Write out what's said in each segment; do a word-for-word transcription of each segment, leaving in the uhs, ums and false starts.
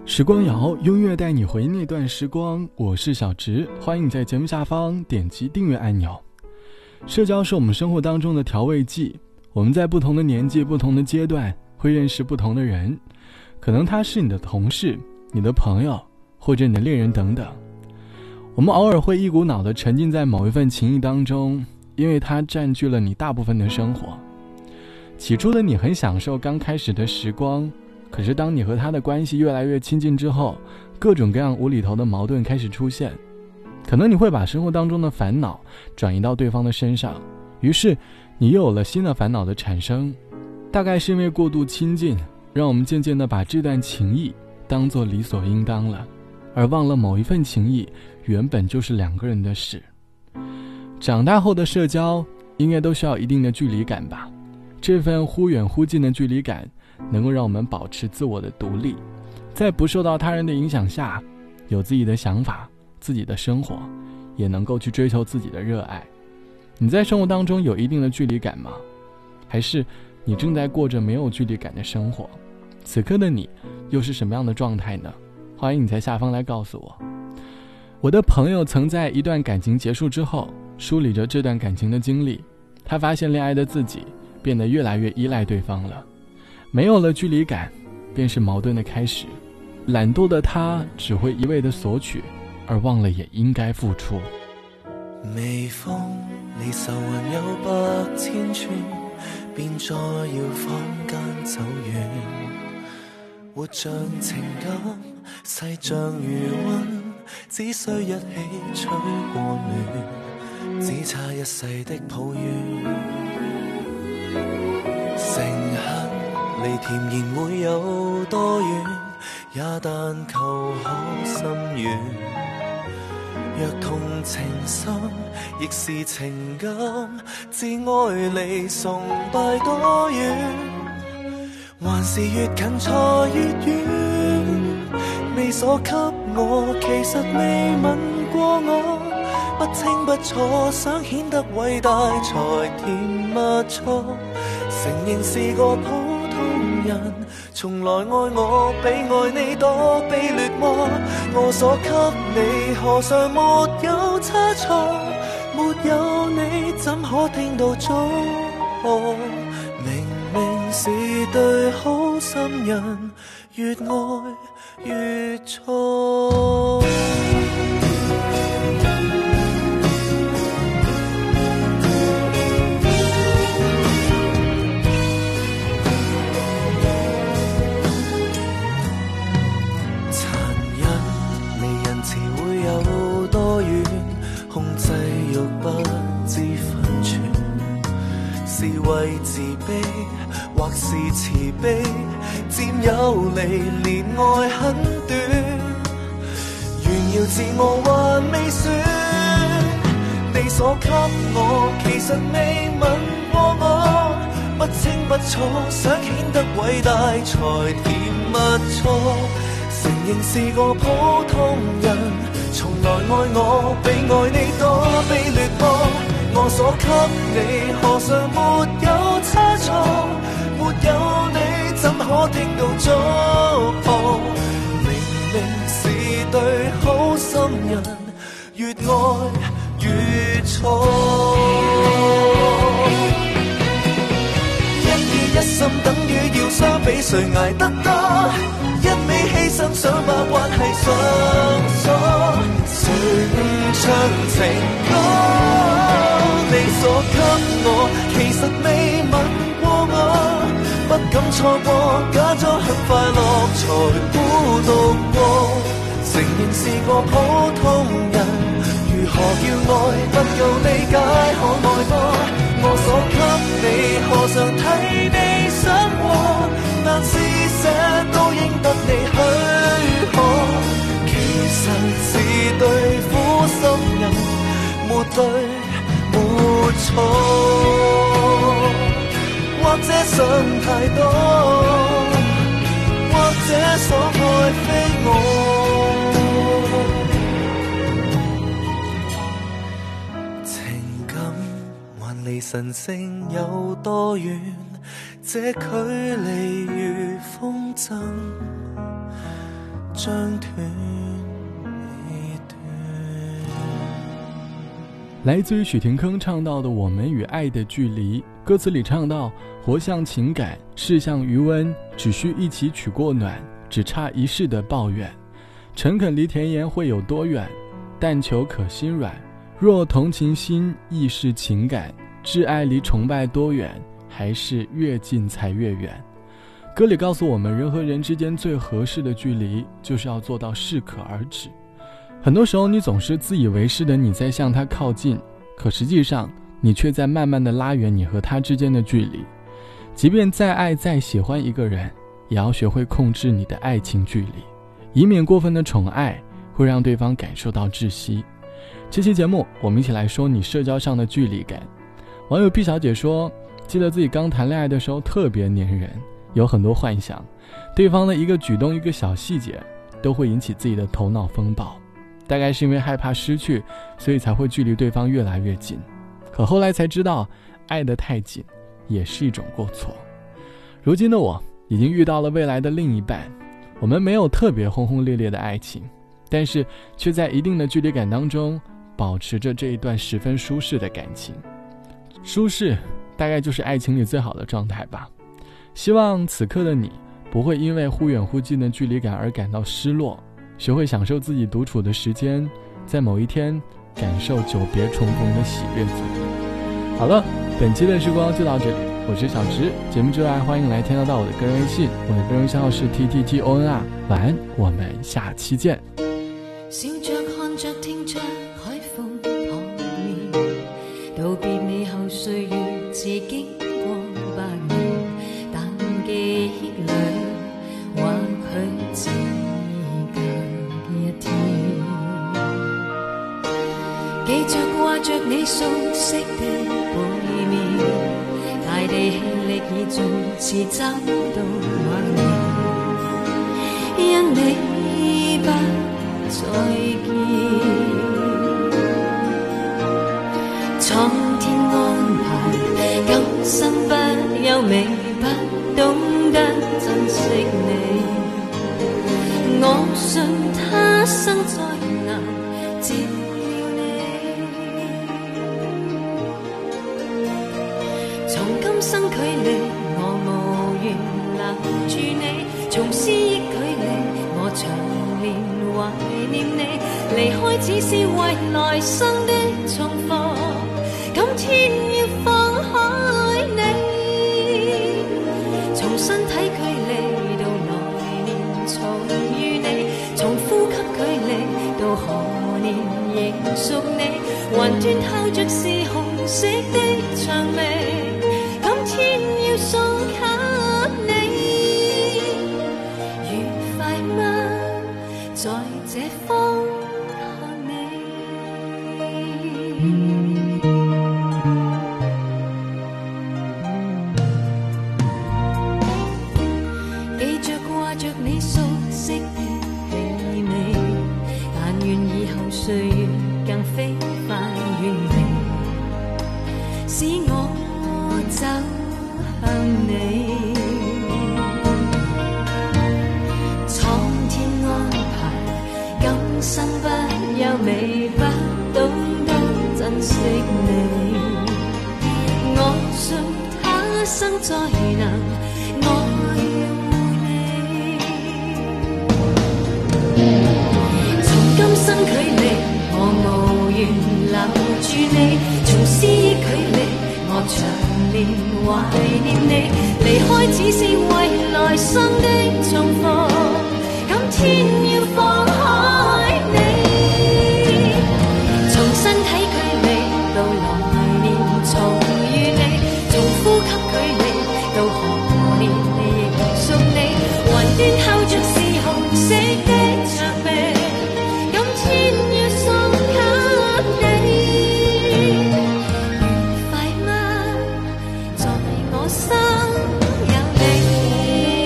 时光谣，音乐带你回忆那段时光，我是小直，欢迎你在节目下方点击订阅按钮。社交是我们生活当中的调味剂，我们在不同的年纪、不同的阶段会认识不同的人，可能他是你的同事、你的朋友，或者你的恋人等等。我们偶尔会一股脑地沉浸在某一份情谊当中，因为它占据了你大部分的生活。起初的你很享受刚开始的时光，可是当你和他的关系越来越亲近之后，各种各样无厘头的矛盾开始出现，可能你会把生活当中的烦恼转移到对方的身上，于是你又有了新的烦恼的产生。大概是因为过度亲近，让我们渐渐地把这段情谊当作理所应当了，而忘了某一份情谊原本就是两个人的事。长大后的社交应该都需要一定的距离感吧，这份忽远忽近的距离感能够让我们保持自我的独立，在不受到他人的影响下，有自己的想法、自己的生活，也能够去追求自己的热爱。你在生活当中有一定的距离感吗？还是你正在过着没有距离感的生活？此刻的你又是什么样的状态呢？欢迎你在下方来告诉我。我的朋友曾在一段感情结束之后，梳理着这段感情的经历，他发现恋爱的自己变得越来越依赖对方了，没有了距离感，便是矛盾的开始。懒惰的他只会一味的索取，而忘了也应该付出。 微風離愁還有百千串，便再要坊間走遠。活像情感，細像餘溫，只需一起吹過暖，只差一世的抱怨。誠懇離甜言會有多遠，也但求可心軟。若同情深，亦是情感，自愛離崇拜多遠，還是越近才越遠。你所給我，其實未吻過我，不清不楚，想顯得偉大才甜蜜錯。承認是個普通人，從來愛我比愛你多卑劣麼？我所給你何嘗沒有差錯？沒有你怎可聽到祝賀？明明是對好心人，越愛越錯。控制欲不知分寸，是為自卑或是慈悲，佔有離連愛很短。炫耀自我還未算，你所給我其實未吻過我，不清不楚，想顯得偉大才甜蜜錯。承認是個普通人，從來愛我比愛你多卑劣麼？我所給你何嘗沒有差錯？沒有你怎可聽到祝賀？明明是對好心人，越愛越錯。一意一心等於要相比，誰捱得多？一味犧牲想把關係上鎖，誰誤唱情歌？你所給我其實未吻過我，不敢錯過，假裝很快樂才孤獨過。承認是個普通人，如何叫愛不夠理解可愛麼？我所給你何嘗替你想過？但施捨都應得你許可，其實是對苦心人，沒對沒錯，或者想太多，或者所愛非我。情感還離神聖有多遠？這距離如風箏， 將斷已斷。 來自於許廷鏗唱到的《我們與愛的距離》，歌詞裡唱到：活像情感，世像餘溫，只需一起取過暖，只差一世的抱怨。誠懇離甜言會有多遠？但求可心軟。若同情心亦是情感，摯愛離崇拜多遠？還是越近才越遠。歌裡告訴我們，人和人之間最合適的距離，就是要做到適可而止。很多時候你總是自以為是的你在向他靠近，可實際上你卻在慢慢的拉遠你和他之間的距離。即便再愛再喜歡一個人，也要學會控制你的愛情距離，以免過分的寵愛會讓對方感受到窒息。這期節目我們一起來說你社交上的距離感。網友 B 小姐說，記得自己剛談戀愛的時候特別黏人，有很多幻想，對方的一個舉動一個小細節都會引起自己的頭腦風暴，大概是因為害怕失去，所以才會距離對方越來越近。可後來才知道，愛得太緊也是一種過錯。如今的我已經遇到了未來的另一半，我們沒有特別轟轟烈烈的愛情，但是卻在一定的距離感當中保持着這一段十分舒適的感情。舒適大概就是愛情裡最好的狀態吧。希望此刻的你不會因為忽遠忽近的距離感而感到失落，學會享受自己獨處的時間，在某一天感受久別重逢的喜悅。好了，本期的時光就到這裡，我是小直。節目之外歡迎來添加到我的個人微信，我的個人微信號是 T T T O N R。 晚安，我們下期見。 笑着看着聽着海風撲面，道別你後歲月似經過百年，但記憶裏或許只隔一天。記着掛着你熟悉的背面，大地氣力已盡似走到晚年，因你不再見。蒼天安排，今生不優美，不懂得珍惜你。我信他生再難照料你，從今生距離，我無緣留住你；從思憶距離，我長年懷念你。離開只是為來生的重逢，今天要放開你。從身體距離到來年重遇你，從呼吸距離到何年仍屬你。雲端透着是紅色的薔薇，今天要送給你。愉快嗎？在這方向你。記着掛着你熟悉的氣味，但願以後歲月更飛快遠離，使我走向你。蒼天安排，今生不優美，不懂得珍惜你。我信他生再能愛你。從今生距離，我無緣留住你；從思憶距離，我長年懷念你。離開只是為來生的重逢，今天要放開你。從身體距離到來年重遇你，從呼吸距離到何年仍屬你。雲端透着是紅色的薔薇，今天要送給你。愉快嗎？在我心有你。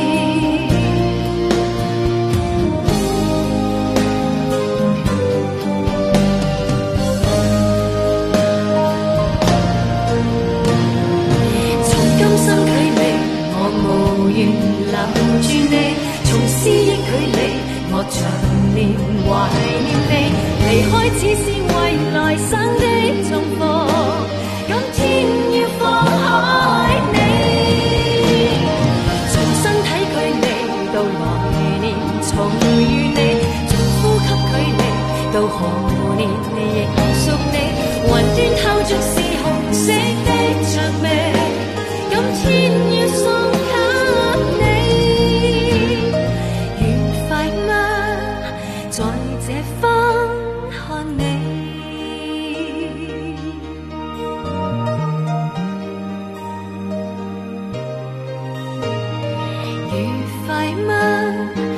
從今生距離，我無緣留住你；從思憶距離， 我長年懷念你。離開只是為來生的重逢，今天要放開你，從身體距離到來年重遇你，從呼吸距離到何年亦屬你，雲端透着是紅色的薔薇，今天要送給你，愉快嗎？在這分看你，愉快嗎？